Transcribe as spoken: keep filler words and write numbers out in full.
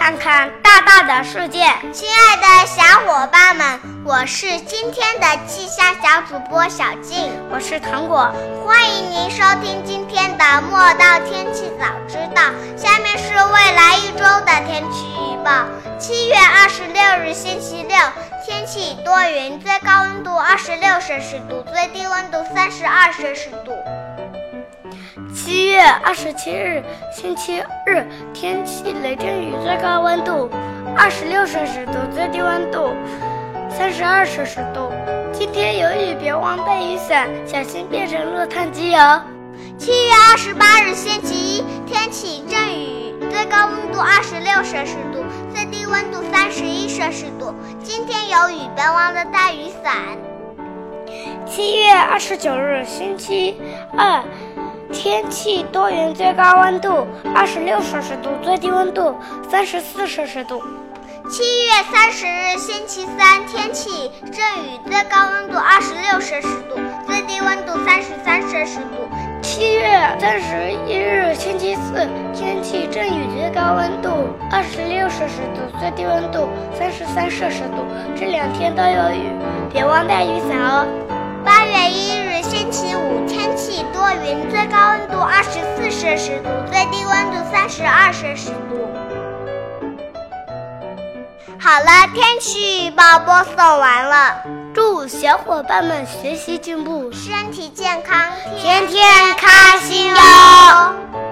看看大大的世界。 亲爱的小伙伴们，我是今天的气象小主播小静， 我是糖果， 欢迎您收听今天的莫道天气早知道。下面是未来一周的天气预报。七月二十六日星期六，天气多云，最高温度二十六摄氏度，最低温度三十二摄氏度。 七月二十七日星期日，天气雷阵雨，最高温度二十六摄氏度，最低温度三十二摄氏度。今天有雨，别忘带雨伞，小心变成落汤鸡哦。 七月二十八日星期一，天气阵雨，最高温度二十六摄氏度，最低温度三十一摄氏度。今天有雨，别忘了带雨伞。 七月二十九日星期二，天气多云，最高温度二十六摄氏度，最低温度三十四摄氏度。 七月三十日星期三，天气阵雨，最高温度二十六摄氏度，最低温度三十三摄氏度。 七月三十一日星期四，天气阵雨，最高温度二十六摄氏度，最低温度三十三摄氏度。这两天都有雨，别忘带雨伞哦。 八月一日星期五，天气多云，最高温度二十四摄氏度，最低温度三十二摄氏度。好了，天气预报播送完了， 祝小伙伴们学习进步， 身体健康， 天天开心哟。